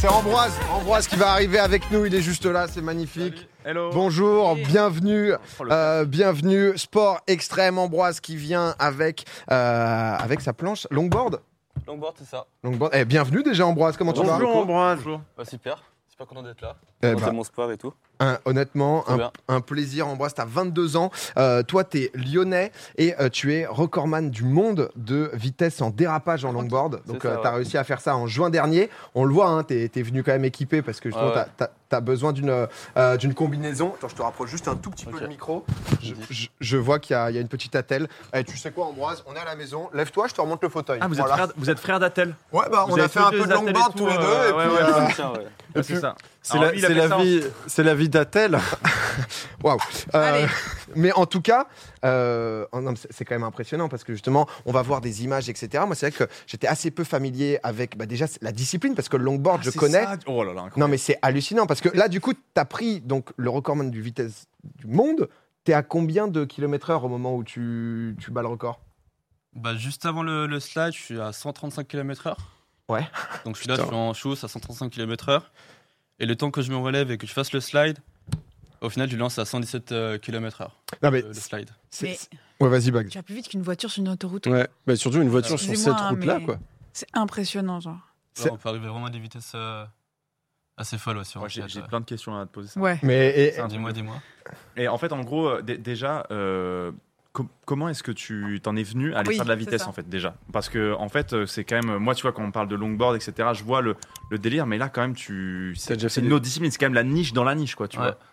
C'est Ambroise qui va arriver avec nous, il est juste là, c'est magnifique. Hello. Bonjour, bienvenue, bienvenue. Sport extrême, Ambroise qui vient avec sa planche longboard. Longboard, c'est ça. Longboard. Bienvenue déjà Ambroise, comment tu vas? Bonjour Ambroise. Super content d'être là. C'est mon sport et tout. Honnêtement, un plaisir. Ambroise, tu as 22 ans. Toi, tu es lyonnais et tu es recordman du monde de vitesse en dérapage en longboard. Donc, tu as réussi à faire ça en juin dernier. On le voit, hein, tu es venu quand même équipé parce que justement, tu as besoin d'une combinaison. Attends, je te rapproche juste un tout petit peu le micro. Je vois qu'il y a une petite attelle. Tu sais quoi, Ambroise? On est à la maison. Lève-toi, je te remonte le fauteuil. Ah, vous êtes frères d'Attel? Ouais, on a fait un peu de longboard tous les deux. C'est ça. C'est la vie d'Attel. Waouh. Mais en tout cas, c'est quand même impressionnant parce que justement, on va voir des images, etc. Moi, c'est vrai que j'étais assez peu familier avec déjà la discipline parce que le longboard, je connais. Ça. Oh là là, incroyable. Non, mais c'est hallucinant parce que là, du coup, tu as pris donc, le recordman du vitesse du monde. Tu es à combien de km/h au moment où tu bats le record? Juste avant le slide, je suis à 135 km/h. Ouais. Donc je suis là, je suis en chausse à 135 km/h. Et le temps que je me relève et que je fasse le slide, au final, je lance à 117 km/h. Non, mais le slide. Ouais, vas-y, Bag. Tu vas plus vite qu'une voiture sur une autoroute. Ouais, bah surtout une voiture sur cette route-là, quoi. C'est impressionnant, genre. Ouais, on peut arriver vraiment à des vitesses assez folles aussi. J'ai plein de questions à te poser. Ça. Ouais. Dis-moi. Et en fait, en gros, déjà, comment est-ce que tu t'en es venu à aller faire de la vitesse, en fait, déjà? Parce que, en fait, c'est quand même... Moi, tu vois, quand on parle de longboard, etc., je vois le délire, mais là, quand même, c'est une autre discipline, c'est quand même la niche dans la niche, quoi, tu vois.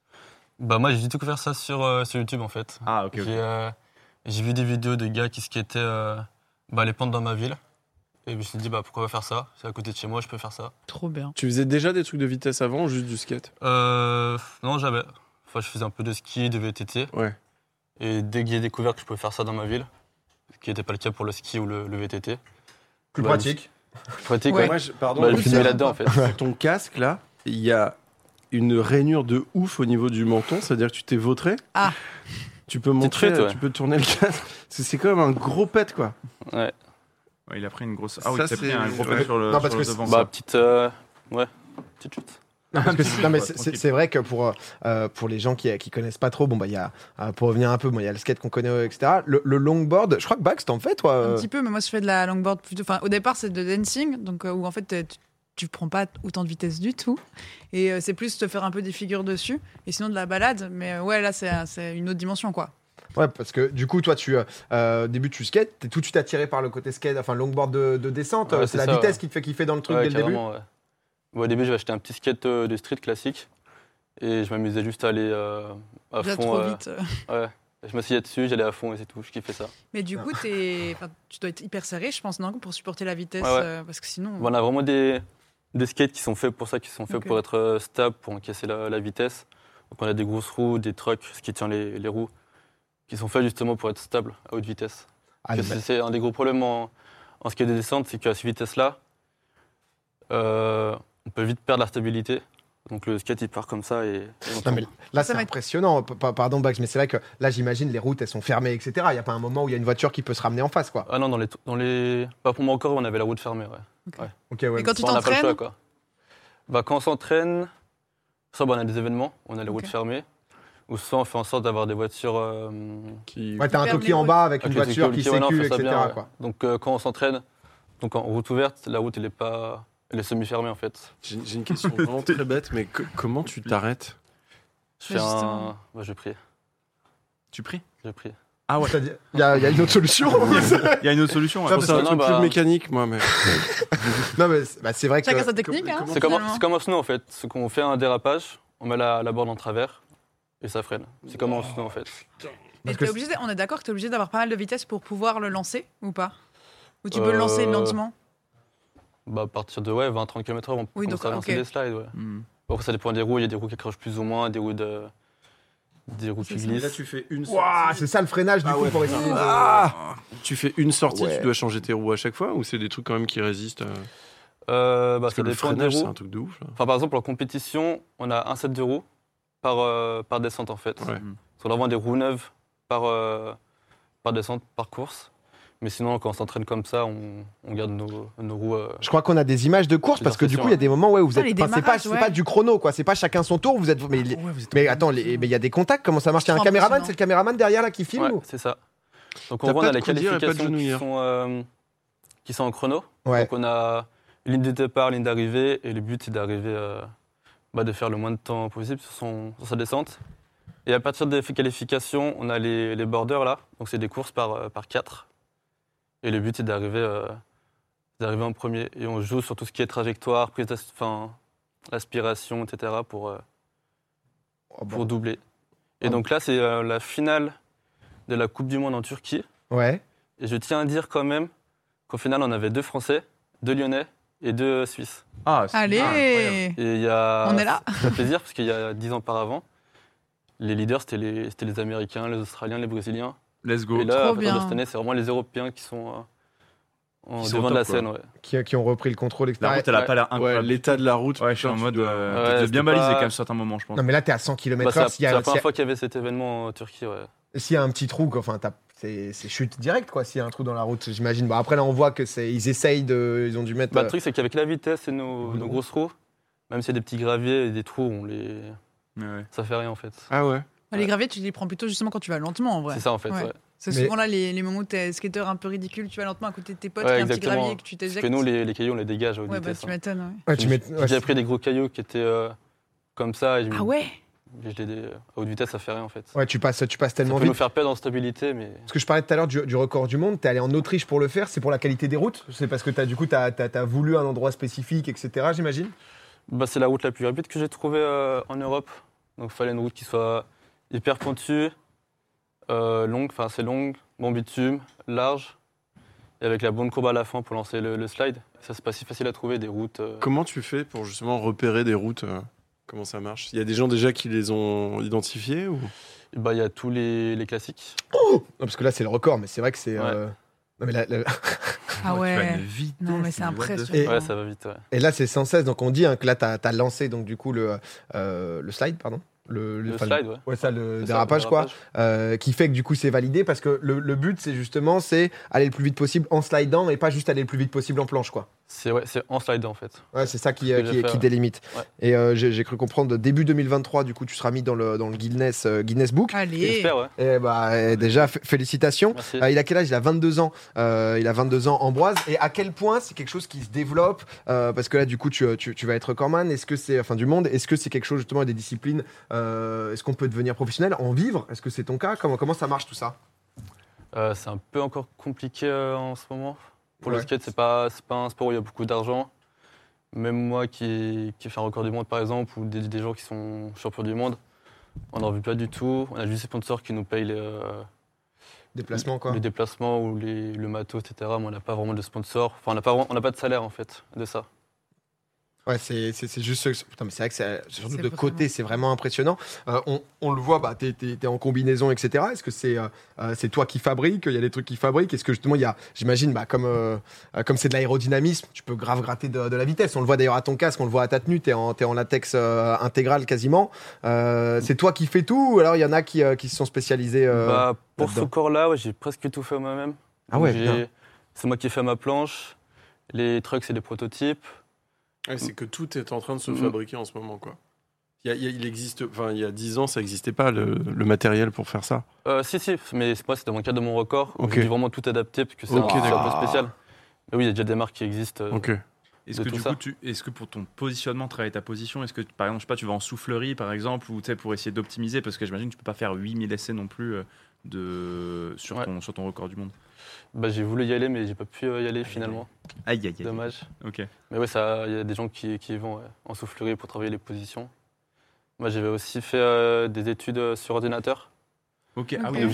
Moi, j'ai découvert ça sur YouTube, en fait. Ah, ok. J'ai vu des vidéos de gars qui skataient les pentes dans ma ville. Et je me suis dit, pourquoi pas faire ça? C'est à côté de chez moi, je peux faire ça. Trop bien. Tu faisais déjà des trucs de vitesse avant ou juste du skate? Non, jamais. Enfin, je faisais un peu de ski, de VTT. Ouais. Et dès que j'ai découvert que je pouvais faire ça dans ma ville, ce qui n'était pas le cas pour le ski ou le VTT. Plus pratique. Pratique, ouais. ouais. Pardon, je suis mis là-dedans, en fait. Sur ton casque, là, il y a une rainure de ouf au niveau du menton, c'est-à-dire que tu t'es vautré. Ah. Tu peux montrer, truc, ouais. tu peux tourner le casque. Parce que c'est quand même un gros pet, quoi. Ouais. Il a pris une grosse... Ah oui, il a pris un gros pet sur le devant. Petite chute. C'est vrai que pour les gens qui connaissent pas trop, pour revenir un peu, il y a le skate qu'on connaît, etc. Le longboard, je crois que Bax, t'en fais, toi Un petit peu, mais moi je fais de la longboard plutôt. Enfin, au départ, c'est de dancing, donc où en fait tu prends pas autant de vitesse du tout, et c'est plus te faire un peu des figures dessus, et sinon de la balade. Mais ouais, là c'est une autre dimension, quoi. Ouais, parce que du coup, toi, début tu skates, t'es tout de suite attiré par le côté skate, enfin longboard de descente. Ouais, c'est la vitesse qui te fait kiffer dans le truc dès le début. Ouais. Au début, j'avais acheté un petit skate de street classique et je m'amusais juste à aller à Déjà fond. trop vite. Ouais. Je m'asseyais dessus, j'allais à fond et c'est tout, je kiffais ça. Mais du coup, tu dois être hyper serré, je pense, non, pour supporter la vitesse, parce que sinon. On a vraiment des skates qui sont faits pour ça, qui sont faits pour être stables, pour encaisser la vitesse. Donc on a des grosses roues, des trucks, ce qui tient les roues, qui sont faits justement pour être stables à haute vitesse. C'est un des gros problèmes en skate de descente, c'est qu'à cette vitesse-là, on peut vite perdre la stabilité. Donc le skate il part comme ça et non, mais là c'est impressionnant. Pardon Bax, mais c'est vrai que là j'imagine les routes elles sont fermées, etc. Il n'y a pas un moment où il y a une voiture qui peut se ramener en face, quoi. Ah non, pas pour moi encore, on avait la route fermée, ouais. Okay, ouais. Et quand tu on n'a pas le t'entraînes choix, quoi. Quand on s'entraîne, soit on a des événements, on a les routes fermées, ou soit on fait en sorte d'avoir des voitures qui... Ouais, t'as un toki en bas avec une voiture qui sécu, etc. Quoi. Donc quand on s'entraîne, donc en route ouverte, la route elle est semi-fermée en fait. J'ai une question vraiment très bête, mais comment tu t'arrêtes? Je prie. Tu pries? Je prie. Ah ouais. Il y a une autre solution. Il y a une autre solution. C'est un truc plus mécanique, moi. Mais... non, mais c'est vrai que... Chacun sa technique. C'est comme un snow en fait. C'est qu'on fait un dérapage, on met la borne en travers et ça freine. C'est comme un snow en fait. Et on est d'accord que tu es obligé d'avoir pas mal de vitesse pour pouvoir le lancer ou pas? Ou tu peux le lancer lentement? À partir de 20-30 km/h, on peut commencer à lancer des slides. Ouais. Après, ça dépend des roues. Il y a des roues qui accrochent plus ou moins, des roues qui glissent. Là, tu fais une sortie. C'est ça le freinage du coup pour essayer Tu fais une sortie, tu dois changer tes roues à chaque fois ou c'est des trucs quand même qui résistent Ça dépend le freinage, c'est un truc de ouf. Là. Par exemple, en compétition, on a un set de roues par descente en fait. Ouais. On a vraiment des roues neuves par descente, par course. Mais sinon, quand on s'entraîne comme ça, on garde nos roues. Je crois qu'on a des images de course parce que du coup, il y a des moments où vous êtes. C'est pas du chrono, quoi. C'est pas chacun son tour. Vous êtes. Mais attends, mais il y a des contacts. Comment ça marche? Il y a un caméraman. C'est le caméraman derrière là qui filme. Ouais, c'est ça. Donc on a les qualifications qui sont en chrono. Ouais. Donc on a ligne de départ, ligne d'arrivée, et le but c'est d'arriver, de faire le moins de temps possible sur sa descente. Et à partir des qualifications, on a les borders là. Donc c'est des courses par 4. Et le but, c'est d'arriver en premier. Et on joue sur tout ce qui est trajectoire, aspiration, etc. pour doubler. Et donc là, c'est la finale de la Coupe du Monde en Turquie. Ouais. Et je tiens à dire quand même qu'au final, on avait 2 Français, 2 Lyonnais et 2 Suisses. Ah, allez. Et on est là. Ça fait plaisir, parce qu'il y a 10 ans auparavant, les leaders, c'était les Américains, les Australiens, les Brésiliens. Let's go. Et là, cette année, c'est vraiment les Européens qui sont devant de la scène. Ouais. Qui ont repris le contrôle, etc. La route, elle a pas l'air incroyable. L'état de la route. Ouais, je suis en mode. Bien balisé quand même, à certains moments, je pense. Non, mais là, t'es à 100 km/h. C'est la première fois qu'il y avait cet événement en Turquie. Ouais. S'il y a un petit trou, c'est chute directe, quoi. S'il y a un trou dans la route, j'imagine. Bon, après, là, on voit ils essayent ils ont dû mettre. Le truc, c'est qu'avec la vitesse et nos grosses roues, même s'il y a des petits graviers et des trous, ça fait rien en fait. Ah ouais. Les graviers, tu les prends plutôt justement quand tu vas lentement en vrai. C'est ça en fait. Ouais. C'est souvent là les moments où t'es skater un peu ridicule, tu vas lentement à côté de tes potes, il y a un petit gravier que tu t'éjectes. Parce que nous, les cailloux, on les dégage à haute vitesse. Tu m'étonnes. J'ai déjà pris des gros cailloux qui étaient comme ça. Ah ouais. À haute vitesse, ça fait rien en fait. Ouais, tu passes tellement vite. Ça peut nous faire perdre en stabilité, mais. Parce que je parlais tout à l'heure du record du monde, t'es allé en Autriche pour le faire, c'est pour la qualité des routes? C'est parce que t'as voulu un endroit spécifique, etc., j'imagine? C'est la route la plus rapide que j'ai trouvée en Europe. Donc il fallait une route qui soit hyper pointue, longue, bon bitume, large, et avec la bonne courbe à la fin pour lancer le slide. Ça, c'est pas si facile à trouver, des routes. Comment tu fais pour justement repérer des routes Comment ça marche? Il y a des gens déjà qui les ont identifiées ou... Il y a tous les classiques. Oh non, parce que là, c'est le record, mais c'est vrai que c'est... Ouais. Non, mais Ah ouais. Vite, non, mais c'est impressionnant. Ouais, ça va vite. Ouais. Et là, c'est sans cesse. Donc, on dit que là, t'as lancé donc du coup le slide, pardon. Le slide, ouais. Ouais, ça, le dérapage, quoi. Qui fait que du coup, c'est validé parce que le but, c'est justement aller le plus vite possible en slidant et pas juste aller le plus vite possible en planche, quoi. C'est en slidant, en fait. Ouais, c'est ça qui délimite. Ouais. Et j'ai cru comprendre, début 2023, du coup, tu seras mis dans le Guinness Book. Allez. J'espère, ouais. Et déjà, félicitations. Il a quel âge? Il a 22 ans. Il a 22 ans, Ambroise. Et à quel point c'est quelque chose qui se développe parce que là, du coup, tu vas être recordman. Est-ce que c'est du monde? Est-ce que c'est quelque chose justement des disciplines? Est-ce qu'on peut devenir professionnel, en vivre? Est-ce que c'est ton cas? Comment ça marche tout ça? C'est un peu encore compliqué en ce moment. Pour le skate, c'est pas un sport où il y a beaucoup d'argent. Même moi qui fais un record du monde, par exemple, ou des gens qui sont champions du monde, on n'en veut pas du tout. On a juste des sponsors qui nous payent les déplacements, quoi. Les déplacements ou le matos, etc. Mais on n'a pas vraiment de sponsors. Enfin, on n'a pas de salaire, en fait, de ça. Ouais, c'est juste. Putain, mais c'est vrai que surtout de côté, c'est vraiment impressionnant. On le voit, t'es en combinaison, etc. Est-ce que c'est toi qui fabriques? Il y a des trucs qui fabriquent? Est-ce que justement, il y a, j'imagine, comme c'est de l'aérodynamisme, tu peux grave gratter de la vitesse. On le voit d'ailleurs à ton casque, on le voit à ta tenue, t'es en latex intégral quasiment. C'est toi qui fais tout ou alors il y en a qui se sont spécialisés pour ce corps-là, j'ai presque tout fait moi-même. Ah ouais, c'est moi qui ai fait ma planche. Les trucks, c'est des prototypes. Ouais, c'est que tout est en train de se fabriquer en ce moment, quoi. Il existe, il y a 10 ans, ça n'existait pas le matériel pour faire ça. Si, mais moi, c'était dans le cadre de mon record. Okay. J'ai dû vraiment tout adapter parce que c'est un peu spécial. Mais oui, il y a déjà des marques qui existent. Est-ce que du coup, est-ce que pour ton positionnement, travailler ta position, est-ce que par exemple, je sais pas, tu vas en soufflerie par exemple, ou pour essayer d'optimiser, parce que j'imagine que tu peux pas faire 8000 essais non plus sur ton record du monde. J'ai voulu y aller, mais j'ai pas pu y aller finalement. Aïe. Dommage. Ok. Mais ouais, il y a des gens qui y vont en soufflerie pour travailler les positions. Moi, j'avais aussi fait des études sur ordinateur. Ok. Ah oui,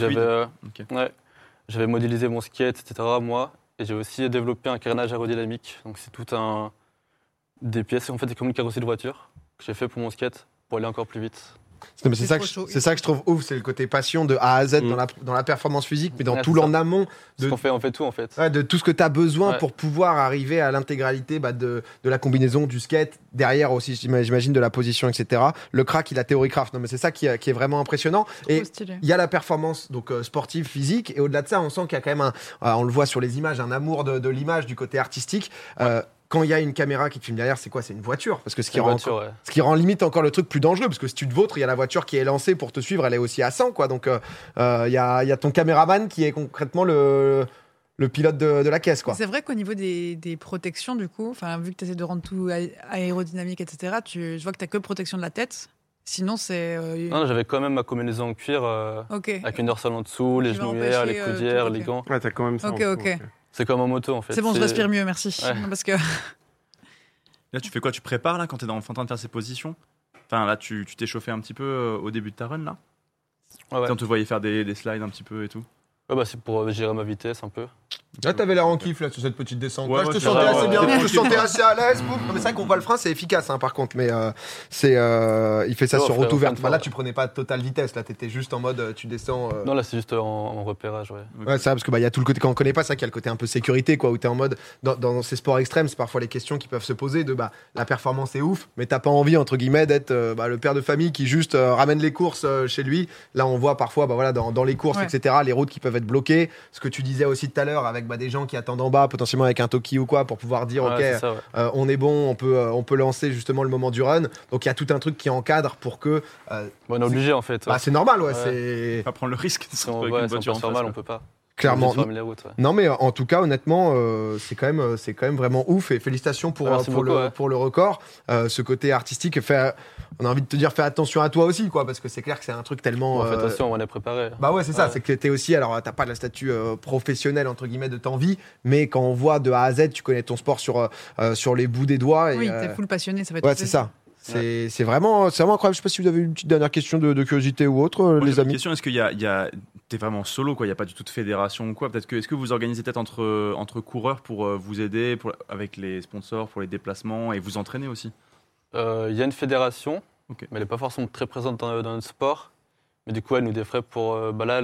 j'avais modélisé mon skate, etc. moi, et j'ai aussi développé un carénage aérodynamique. Donc c'est des pièces, en fait, c'est comme une carrosserie de voiture que j'ai fait pour mon skate pour aller encore plus vite. Non, mais c'est ça que je trouve ouf, c'est le côté passion de A à Z dans la performance physique, mais dans tout l'en amont. On fait tout en fait. Ouais, de tout ce que tu as besoin pour pouvoir arriver à l'intégralité de la combinaison, du skate, derrière aussi, j'imagine, de la position, etc. Le crack, il a théorie craft. Non, mais c'est ça qui est vraiment impressionnant. Et il y a la performance donc sportive, physique, et au-delà de ça, on sent qu'il y a quand même on le voit sur les images, un amour de l'image, du côté artistique. Quand il y a une caméra qui te filme derrière, c'est quoi? C'est une voiture. Parce que ce qui rend limite encore le truc plus dangereux. Parce que si tu te vautres, il y a la voiture qui est lancée pour te suivre, elle est aussi à 100, quoi. Donc, il y a ton caméraman qui est concrètement le pilote de la caisse, quoi. C'est vrai qu'au niveau des protections, du coup, vu que tu essaies de rendre tout aérodynamique, etc., je vois que tu n'as que protection de la tête. Sinon, c'est. Non, j'avais quand même ma combinaison en cuir avec une dorsale en dessous, les genouillères, les coudières, les gants. Ouais, t'as quand même ça. Ok. C'est comme en moto en fait. C'est bon, je respire mieux, merci. Ouais. Parce que... Là, tu fais quoi? Tu prépares là quand t'es en train de faire ces positions? Enfin, là, tu t'es chauffé un petit peu au début de ta run là? Ouais. On te voyait faire des slides un petit peu et tout. Ouais, c'est pour gérer ma vitesse un peu. Là, t'avais l'air en kiff là, sur cette petite descente. Ouais, je te ouais, sentais assez bien, ouais. je te sentais assez à l'aise. Non, mais c'est vrai qu'on voit le frein, c'est efficace par contre. Mais il fait ça sur route ouverte. Là, tu prenais pas totale vitesse. Là, t'étais juste en mode tu descends. Non, là, c'est juste en repérage. Ouais, ouais, c'est ça, parce que y a tout le côté, quand on connaît pas ça, qu'il y a le côté un peu sécurité, quoi, où t'es en mode. Dans ces sports extrêmes, c'est parfois les questions qui peuvent se poser de la performance est ouf, mais t'as pas envie, entre guillemets, d'être le père de famille qui juste ramène les courses chez lui. Là, on voit parfois dans les courses, etc., les routes qui peuvent être bloquées. Ce que tu disais aussi tout à l'heure avec des gens qui attendent en bas, potentiellement avec un Toki ou quoi, pour pouvoir dire on est bon, on peut lancer justement le moment du run. Donc il y a tout un truc qui encadre pour que. On est obligé en fait. C'est normal, c'est. Pas prendre le risque. Si on passe normal, on peut pas. Clairement. Les routes, non, mais en tout cas, honnêtement, c'est quand même vraiment ouf. Et félicitations pour le record. Ce côté artistique, on a envie de te dire, fais attention à toi aussi, quoi, parce que c'est clair que c'est un truc tellement. Fais attention, on est préparé. Bah ouais, c'est ça. C'est que t'es aussi. Alors, t'as pas le statut professionnel entre guillemets de t'envie, mais quand on voit de A à Z, tu connais ton sport sur les bouts des doigts. Et, oui, t'es full passionné, ça va être. Ouais, c'est ça. C'est vraiment incroyable. Je sais pas si vous avez une petite dernière question de curiosité ou autre, les amis. Une question, est-ce qu'il t'es vraiment solo, quoi? Il n'y a pas du tout de fédération ou quoi? Est-ce que vous organisez peut-être entre coureurs pour vous aider avec les sponsors, pour les déplacements et vous entraîner aussi? Il y a une fédération, mais elle n'est pas forcément très présente dans notre sport. Mais du coup, elle nous défraie pour. Là,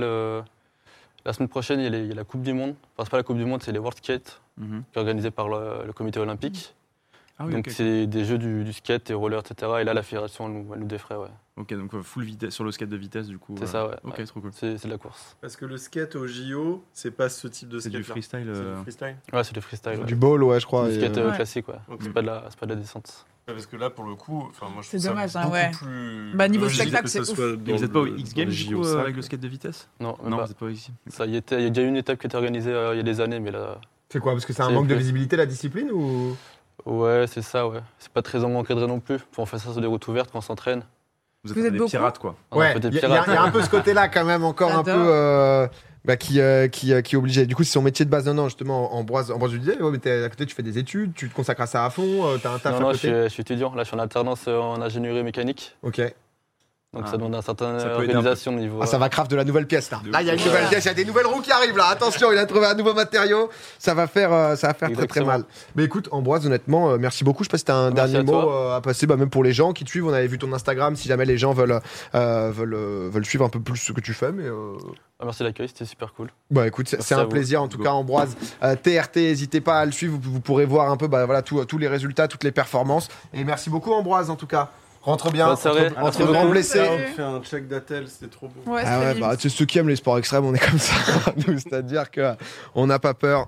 la semaine prochaine, il y a la Coupe du Monde. Enfin, c'est pas la Coupe du Monde, c'est les World Skate, qui est organisée par le comité olympique. Ah oui, donc c'est des jeux du skate et roller, etc. Et là, la fédération, elle nous défraie, ouais. Ok, donc full vitesse, sur le skate de vitesse, du coup. C'est ça, ouais. Ok, trop cool. C'est de la course. Parce que le skate au JO, c'est pas ce type de skate. C'est du freestyle. C'est du freestyle. Ouais, c'est du freestyle. Du ball, ouais, je crois. Du skate classique, ouais. Okay. C'est pas de la descente. Ouais, parce que là, pour le coup, moi, je c'est trouve dommage, ça beaucoup plus. Niveau spectacle, c'est ouf. Vous n'êtes pas au X Games du coup avec le skate de vitesse? Non, vous n'êtes pas ici. Il y a déjà une étape qui a été organisée il y a des années, mais là. C'est quoi? Parce que c'est un manque de visibilité la discipline ou? Ouais, c'est ça, ouais. C'est pas très encadré non plus. On fait ça sur des routes ouvertes quand on s'entraîne. Vous êtes des pirates, quoi. Ouais, il y a un peu ce côté-là quand même, encore un peu qui est obligé. Du coup, c'est son métier de base. Non, justement, Ambroise, je disais, mais à côté, tu fais des études, tu te consacres à ça à fond, t'as un taf à côté. Non, je suis étudiant. Là, je suis en alternance en ingénierie mécanique. Ok. Donc ça demande une certaine organisation au niveau. Ah, ça va craft de la nouvelle pièce là. Là, il y a une nouvelle pièce, il y a des nouvelles roues qui arrivent là. Attention, il a trouvé un nouveau matériau. Ça va faire très très mal. Mais écoute, Ambroise, honnêtement, merci beaucoup. Je sais pas si t'as un dernier mot à passer, même pour les gens qui te suivent. On avait vu ton Instagram. Si jamais les gens veulent suivre un peu plus ce que tu fais, mais. Merci de l'accueil, c'était super cool. Bah écoute, c'est un plaisir en tout cas, Ambroise. TRT, n'hésitez pas à le suivre. Vous pourrez voir un peu, tous les résultats, toutes les performances. Et merci beaucoup, Ambroise, en tout cas. Rentre bien, entre grands blessés. On fait un check d'attel, c'était trop beau. Ouais, c'est ceux qui aiment les sports extrêmes, on est comme ça. C'est-à-dire qu'on n'a pas peur.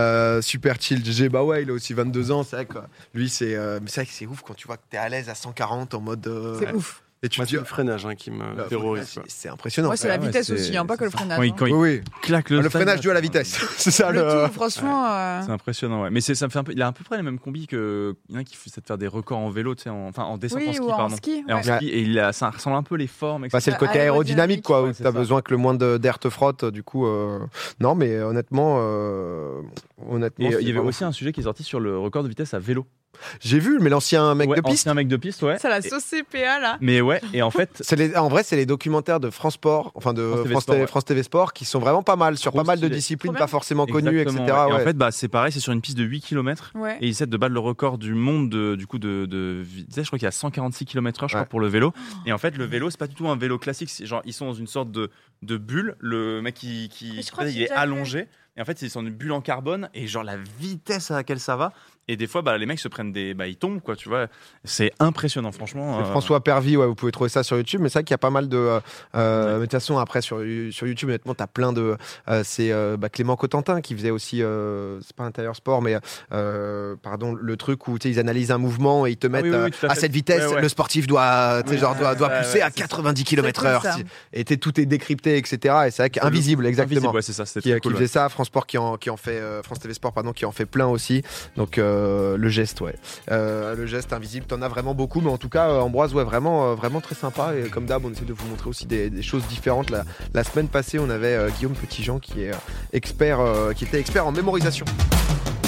Super chill. GG, bah ouais, il a aussi 22 ans. C'est vrai que lui, c'est vrai que c'est ouf quand tu vois que t'es à l'aise à 140 en mode. C'est ouf. Et tu c'est le freinage qui me terrorise. C'est impressionnant. Ouais, c'est la vitesse aussi, pas que le freinage. Oui. Claque le freinage dû à la vitesse. C'est ça tout, franchement. C'est impressionnant, ouais. Mais ça me fait un peu. Il a à peu près les mêmes combis que. Il y en a qui essaient de faire des records en vélo, tu sais, en descente en ski, pardon. Ski, et en ski, et ça ressemble un peu les formes, etc. C'est le côté aérodynamique, quoi, où t'as besoin que le moins d'air te frotte, du coup. Non, mais honnêtement. Et il y avait aussi un sujet qui est sorti sur le record de vitesse à vélo. J'ai vu, mais l'ancien mec de piste. Ancien mec de piste, ouais. Ça la sauce CPA là. Mais ouais, et en fait. En vrai, c'est les documentaires de France Sport, enfin de France TV Sport, qui sont vraiment pas mal, sur pas mal de disciplines pas forcément connues, etc. Et en fait, c'est pareil, c'est sur une piste de 8 km. Et ils essaient de battre le record du monde de vitesse. Je crois qu'il y a 146 km/h, je crois, pour le vélo. Et en fait, le vélo, c'est pas du tout un vélo classique. Genre, ils sont dans une sorte de bulle. Le mec il est allongé. Et en fait, ils sont une bulle en carbone. Et genre, la vitesse à laquelle ça va. Et des fois, les mecs se prennent ils tombent, quoi, tu vois. C'est impressionnant, franchement. François Pervy, vous pouvez trouver ça sur YouTube. Mais c'est vrai qu'il y a pas mal de. Mais de toute façon, après, sur YouTube, honnêtement, t'as plein de. C'est Clément Cotentin qui faisait aussi. C'est pas Intérieur Sport, mais. Pardon, le truc où ils analysent un mouvement et ils te mettent à cette vitesse, le sportif doit pousser à 90 km/h. Et tout est décrypté, etc. Et c'est vrai qu'Invisible, exactement. Invisible, c'est ça, qui faisait ça. France Sport qui en fait. France TV Sport, pardon, qui en fait plein aussi. Donc. Le geste, le geste Invisible, t'en as vraiment beaucoup, mais en tout cas, Ambroise, vraiment très sympa. Et comme d'hab, on essaie de vous montrer aussi des choses différentes. La semaine passée, on avait Guillaume Petitjean qui était expert en mémorisation.